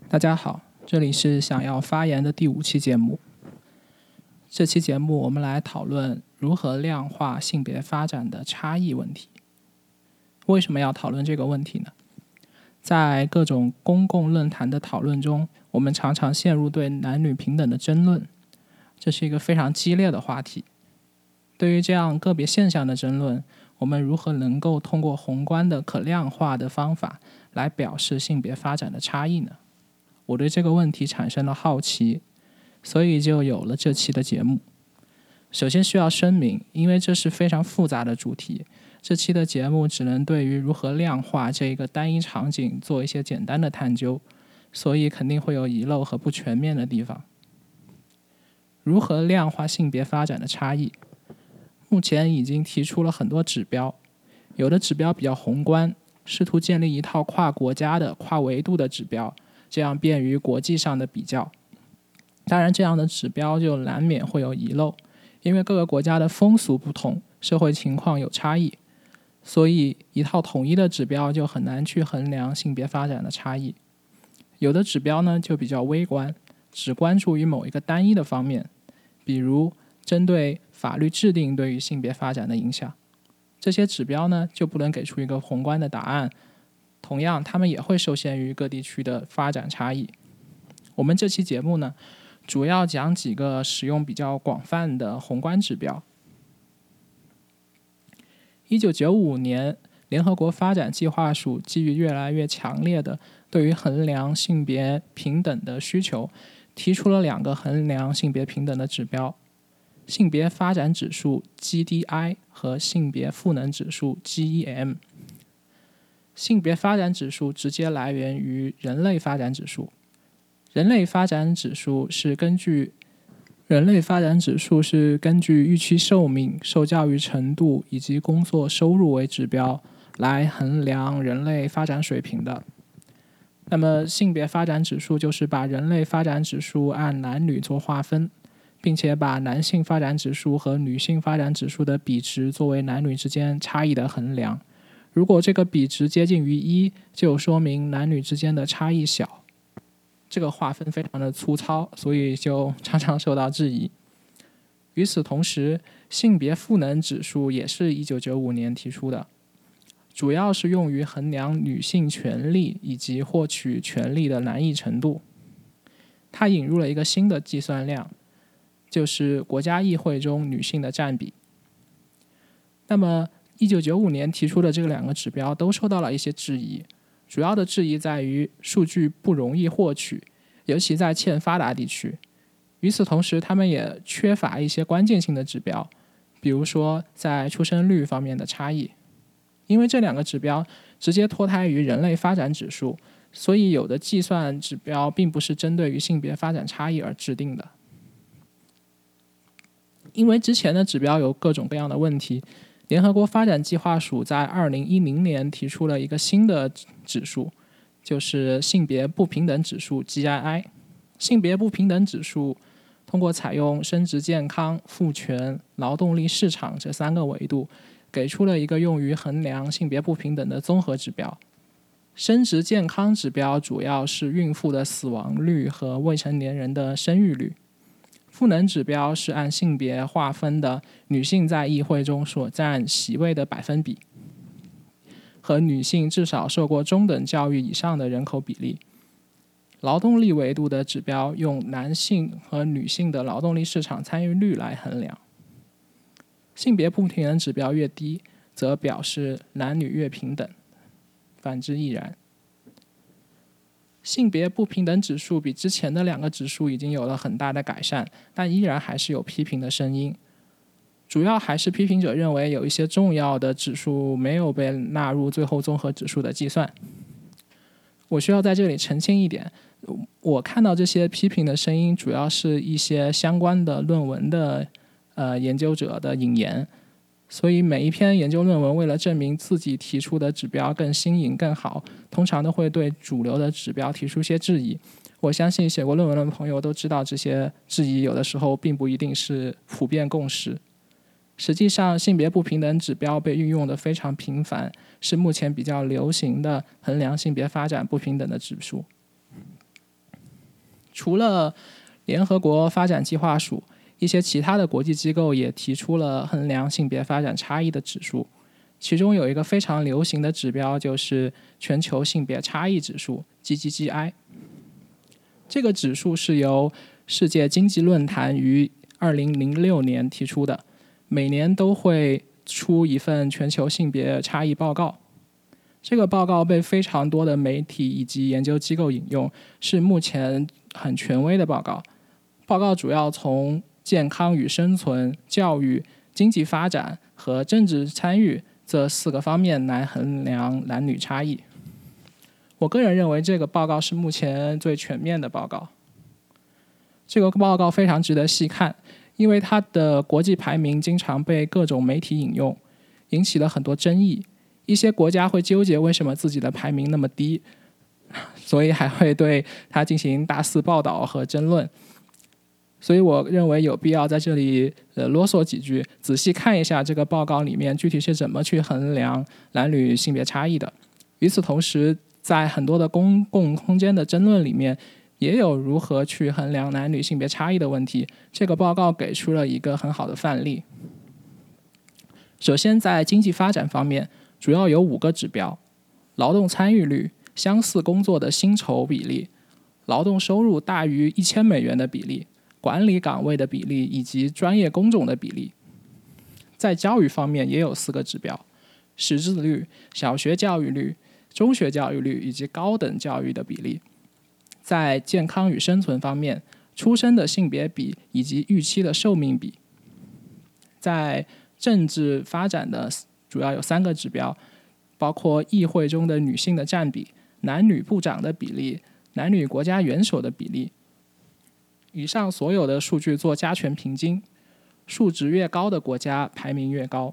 大家好，这里是想要发言的第5期节目。这期节目我们来讨论如何量化性别发展的差异问题。为什么要讨论这个问题呢？在各种公共论坛的讨论中，我们常常陷入对男女平等的争论，这是一个非常激烈的话题。对于这样个别现象的争论，我们如何能够通过宏观的可量化的方法来表示性别发展的差异呢？我对这个问题产生了好奇，所以就有了这期的节目。首先需要声明，因为这是非常复杂的主题，这期的节目只能对于如何量化这个单一场景做一些简单的探究，所以肯定会有遗漏和不全面的地方。如何量化性别发展的差异？目前已经提出了很多指标，有的指标比较宏观，试图建立一套跨国家的、跨维度的指标，这样便于国际上的比较。当然，这样的指标就难免会有遗漏，因为各个国家的风俗不同，社会情况有差异，所以一套统一的指标就很难去衡量性别发展的差异。有的指标呢就比较微观，只关注于某一个单一的方面，比如针对法律制定对于性别发展的影响。这些指标呢就不能给出一个宏观的答案，同样它们也会受限于各地区的发展差异。我们这期节目呢主要讲几个使用比较广泛的宏观指标。1995年联合国发展计划署基于越来越强烈的对于衡量性别平等的需求，提出了2个衡量性别平等的指标：性别发展指数 GDI 和性别赋能指数 GEM。 性别发展指数直接来源于人类发展指数，人类发展指数是根据预期寿命、受教育程度以及工作收入为指标来衡量人类发展水平的。那么性别发展指数就是把人类发展指数按男女做划分，并且把男性发展指数和女性发展指数的比值作为男女之间差异的衡量。如果这个比值接近于1，就说明男女之间的差异小。这个划分非常的粗糙，所以就常常受到质疑。与此同时，性别赋能指数也是1995年提出的，主要是用于衡量女性权利以及获取权利的难易程度。它引入了一个新的计算量，就是国家议会中女性的占比。那么1995年提出的这2个指标都受到了一些质疑，主要的质疑在于数据不容易获取，尤其在欠发达地区。与此同时，他们也缺乏一些关键性的指标，比如说在出生率方面的差异。因为这2个指标直接脱胎于人类发展指数，所以有的计算指标并不是针对于性别发展差异而制定的。因为之前的指标有各种各样的问题，联合国发展计划署在2010年提出了一个新的指数，就是性别不平等指数 GII。 性别不平等指数通过采用生殖健康、父权、劳动力市场这3个维度，给出了一个用于衡量性别不平等的综合指标。生殖健康指标主要是孕妇的死亡率和未成年人的生育率，赋能指标是按性别划分的女性在议会中所占席位的百分比，和女性至少受过中等教育以上的人口比例。劳动力维度的指标用男性和女性的劳动力市场参与率来衡量。性别不平等指标越低，则表示男女越平等，反之亦然。性别不平等指数比之前的2个指数已经有了很大的改善，但依然还是有批评的声音。主要还是批评者认为有一些重要的指数没有被纳入最后综合指数的计算。我需要在这里澄清一点，我看到这些批评的声音主要是一些相关的论文的研究者的引言，所以每一篇研究论文为了证明自己提出的指标更新颖更好，通常都会对主流的指标提出些质疑。我相信写过论文的朋友都知道，这些质疑有的时候并不一定是普遍共识。实际上，性别不平等指标被运用的非常频繁，是目前比较流行的衡量性别发展不平等的指数。 除了联合国发展计划署，一些其他的国际机构也提出了衡量性别发展差异的指数，其中有一个非常流行的指标就是全球性别差异指数 GGGI。 这个指数是由世界经济论坛于2006年提出的，每年都会出一份全球性别差异报告。这个报告被非常多的媒体以及研究机构引用，是目前很权威的报告。报告主要从健康与生存、教育、经济发展和政治参与这4个方面来衡量男女差异。我个人认为这个报告是目前最全面的报告。这个报告非常值得细看，因为它的国际排名经常被各种媒体引用，引起了很多争议。一些国家会纠结为什么自己的排名那么低，所以还会对它进行大肆报道和争论。所以我认为有必要在这里啰嗦几句，仔细看一下这个报告里面具体是怎么去衡量男女性别差异的。与此同时，在很多的公共空间的争论里面，也有如何去衡量男女性别差异的问题。这个报告给出了一个很好的范例。首先，在经济发展方面，主要有5个指标：劳动参与率、相似工作的薪酬比例、劳动收入大于$1000的比例、管理岗位的比例以及专业工种的比例。在教育方面也有4个指标：识字率、小学教育率、中学教育率以及高等教育的比例。在健康与生存方面，出生的性别比以及预期的寿命比。在政治发展的主要有3个指标，包括议会中的女性的占比、男女部长的比例、男女国家元首的比例。以上所有的数据做加权平均，数值越高的国家排名越高。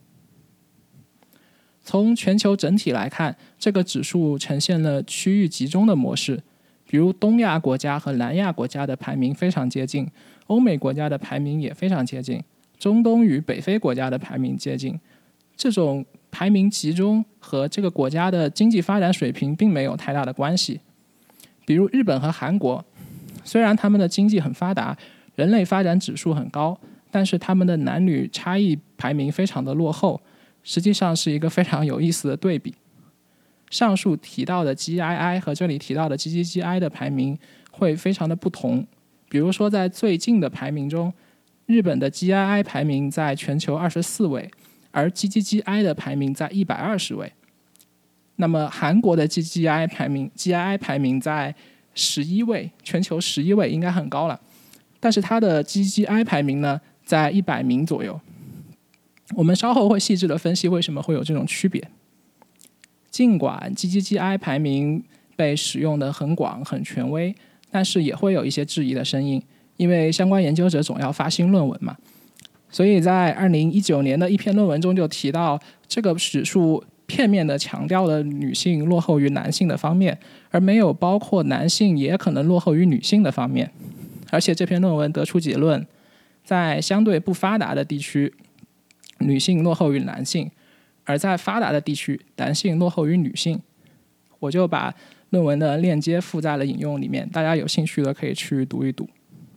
从全球整体来看，这个指数呈现了区域集中的模式，比如东亚国家和南亚国家的排名非常接近，欧美国家的排名也非常接近，中东与北非国家的排名接近。这种排名集中和这个国家的经济发展水平并没有太大的关系。比如日本和韩国，虽然他们的经济很发达，人类发展指数很高，但是他们的男女差异排名非常的落后，实际上是一个非常有意思的对比。上述提到的 GII 和这里提到的 GGGI 的排名会非常的不同。比如说在最近的排名中，日本的 GII 排名在全球24位，而 GGGI 的排名在120位。那么韩国的 GII 排名在11位，全球11位，应该很高了。但是它的 GGI 排名呢，在100名左右。我们稍后会细致的分析为什么会有这种区别。尽管 GGGI 排名被使用的很广很权威，但是也会有一些质疑的声音，因为相关研究者总要发新论文嘛。所以在2019年的一篇论文中就提到，这个指数片面地强调了女性落后于男性的方面，而没有包括男性也可能落后于女性的方面。而且这篇论文得出结论，在相对不发达的地区，女性落后于男性，而在发达的地区，男性落后于女性。我就把论文的链接附在了引用里面，大家有兴趣的可以去读一读。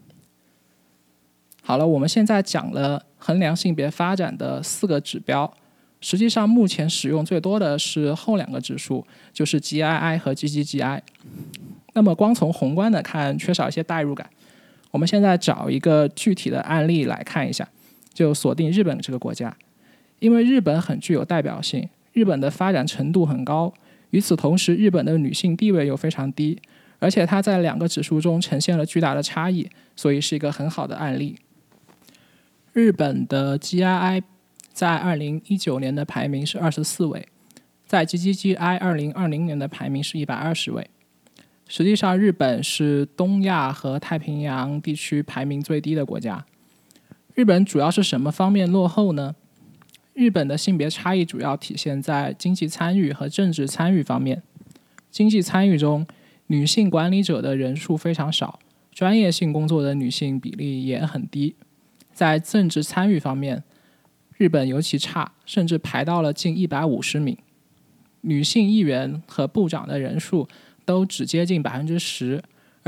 好了，我们现在讲了衡量性别发展的4个指标，实际上目前使用最多的是后2个指数，就是 GII 和 GGGI。 那么光从宏观的看，缺少一些代入感。我们现在找一个具体的案例来看一下，就锁定日本这个国家。因为日本很具有代表性，日本的发展程度很高，与此同时日本的女性地位又非常低，而且它在2个指数中呈现了巨大的差异，所以是一个很好的案例。日本的 GII 在2019年的排名是24位，在 GGGI 2020年的排名是120位。实际上日本是东亚和太平洋地区排名最低的国家。日本主要是什么方面落后呢？日本的性别差异主要体现在经济参与和政治参与方面。经济参与中，女性管理者的人数非常少，专业性工作的女性比例也很低。在政治参与方面，日本尤其差，甚至排到了近150名。女性议员和部长的人数都只接近10%，而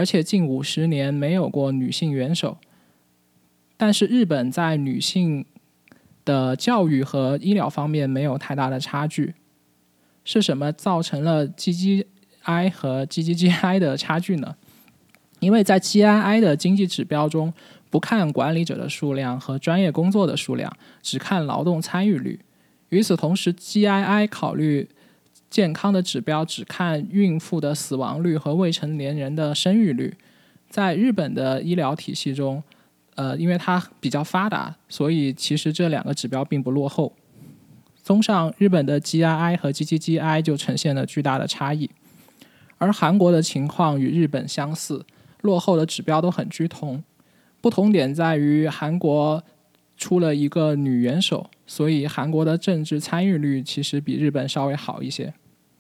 而且近50年没有过女性元首。但是日本在女性的教育和医疗方面没有太大的差距。是什么造成了 GGI 和 GGGI 的差距呢？因为在 GII 的经济指标中，不看管理者的数量和专业工作的数量，只看劳动参与率。与此同时 GII 考虑健康的指标只看孕妇的死亡率和未成年人的生育率。在日本的医疗体系中，因为它比较发达，所以其实这两个指标并不落后。综上，日本的 GII 和 GGGI 就呈现了巨大的差异。而韩国的情况与日本相似，落后的指标都很趋同。不同点在于韩国出了一个女元首，所以韩国的政治参与率其实比日本稍微好一些。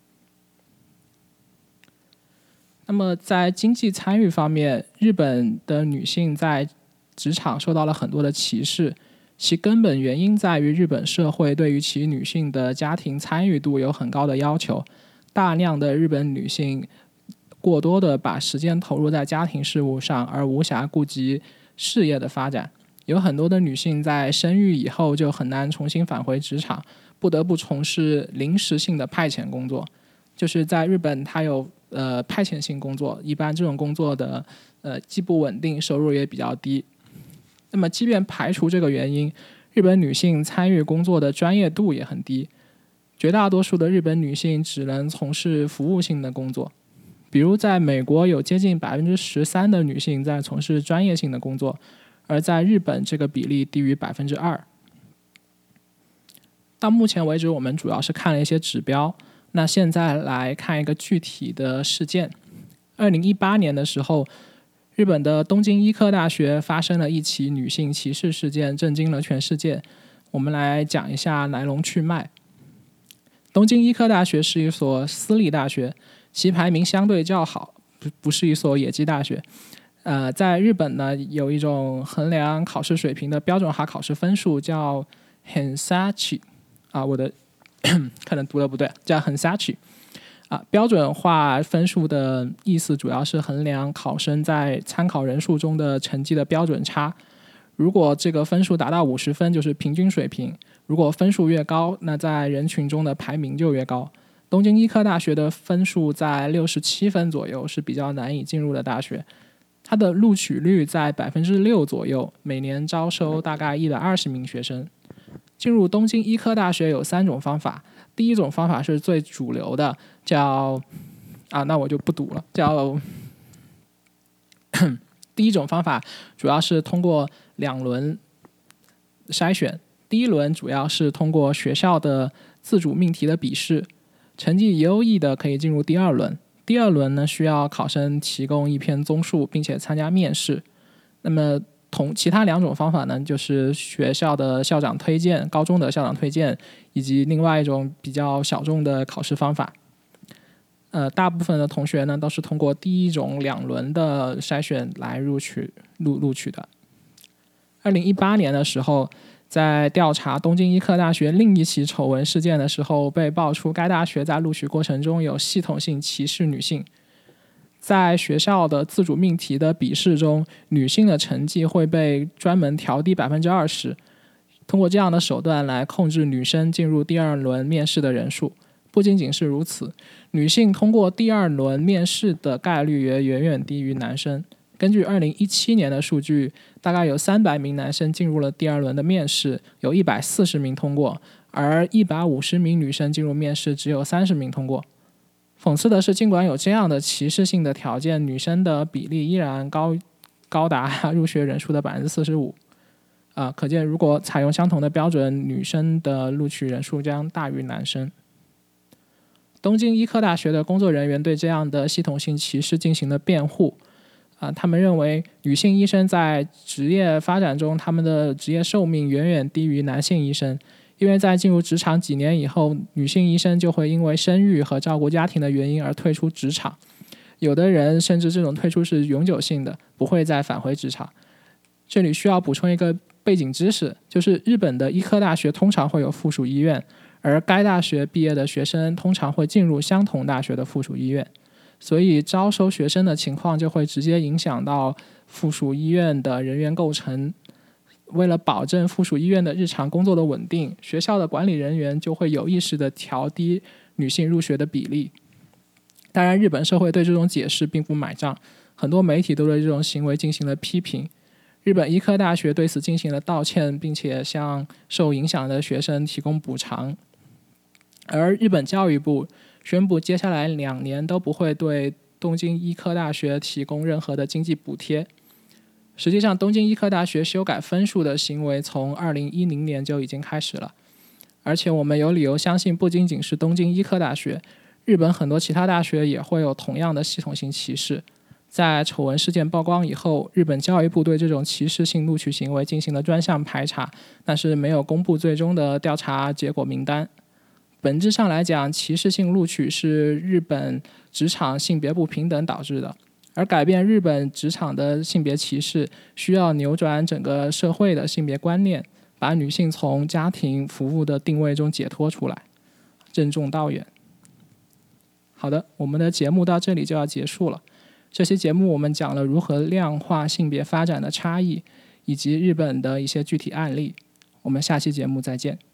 那么在经济参与方面，日本的女性在职场受到了很多的歧视，其根本原因在于日本社会对于其女性的家庭参与度有很高的要求，大量的日本女性过多的把时间投入在家庭事务上，而无暇顾及事业的发展。有很多的女性在生育以后就很难重新返回职场，不得不从事临时性的派遣工作。就是在日本它有派遣性工作，一般这种工作的既不稳定，收入也比较低。那么即便排除这个原因，日本女性参与工作的专业度也很低，绝大多数的日本女性只能从事服务性的工作。比如在美国有接近 13% 的女性在从事专业性的工作，而在日本这个比例低于 2%。 到目前为止我们主要是看了一些指标，那现在来看一个具体的事件。2018年的时候，日本的东京医科大学发生了一起女性歧视事件，震惊了全世界。我们来讲一下来龙去脉。东京医科大学是一所私立大学，其排名相对较好，不是一所野鸡大学。在日本呢，有一种衡量考试水平的标准化考试分数叫 Hensachi， 我的可能读的不对，叫 Hensachi。标准化分数的意思主要是衡量考生在参考人数中的成绩的标准差。如果这个分数达到50分，就是平均水平；如果分数越高，那在人群中的排名就越高。东京医科大学的分数在67分左右，是比较难以进入的大学。它的录取率在 6% 左右，每年招收大概120名学生。进入东京医科大学有3种方法。第一种方法是最主流的，叫那我就不读了，叫第一种方法主要是通过2轮筛选。第一轮主要是通过学校的自主命题的笔试，成绩优异的可以进入第2轮。第2轮呢，需要考生提供一篇综述，并且参加面试。那么其他2种方法呢，就是学校的校长推荐，高中的校长推荐，以及另外一种比较小众的考试方法。大部分的同学呢，都是通过第一种2轮的筛选来录取的。2018年的时候，在调查东京医科大学另一起丑闻事件的时候，被爆出该大学在录取过程中有系统性歧视女性。在学校的自主命题的笔试中，女性的成绩会被专门调低 20%， 通过这样的手段来控制女生进入第2轮面试的人数。不仅仅是如此，女性通过第2轮面试的概率也远远低于男生。根据2017年的数据，大概有300名男生进入了第2轮的面试，有140名通过，而150名女生进入面试，只有30名通过。讽刺的是，尽管有这样的歧视性的条件，女生的比例依然高达入学人数的 45%。可见如果采用相同的标准，女生的录取人数将大于男生。东京医科大学的工作人员对这样的系统性歧视进行了辩护。他们认为女性医生在职业发展中，他们的职业寿命远远低于男性医生。因为在进入职场几年以后，女性医生就会因为生育和照顾家庭的原因而退出职场，有的人甚至这种退出是永久性的，不会再返回职场。这里需要补充一个背景知识，就是日本的医科大学通常会有附属医院，而该大学毕业的学生通常会进入相同大学的附属医院。 所以招收学生的情况就会直接影响到附属医院的人员构成。为了保证附属医院的日常工作的稳定，学校的管理人员就会有意识地调低女性入学的比例。当然，日本社会对这种解释并不买账，很多媒体都对这种行为进行了批评。日本医科大学对此进行了道歉，并且向受影响的学生提供补偿。而日本教育部宣布，接下来2年都不会对东京医科大学提供任何的经济补贴。实际上，东京医科大学修改分数的行为从2010年就已经开始了，而且我们有理由相信，不仅仅是东京医科大学，日本很多其他大学也会有同样的系统性歧视。在丑闻事件曝光以后，日本教育部对这种歧视性录取行为进行了专项排查，但是没有公布最终的调查结果名单。本质上来讲，歧视性录取是日本职场性别不平等导致的，而改变日本职场的性别歧视，需要扭转整个社会的性别观念，把女性从家庭服务的定位中解脱出来，任重道远。好的，我们的节目到这里就要结束了。这期节目我们讲了如何量化性别发展的差异，以及日本的一些具体案例。我们下期节目再见。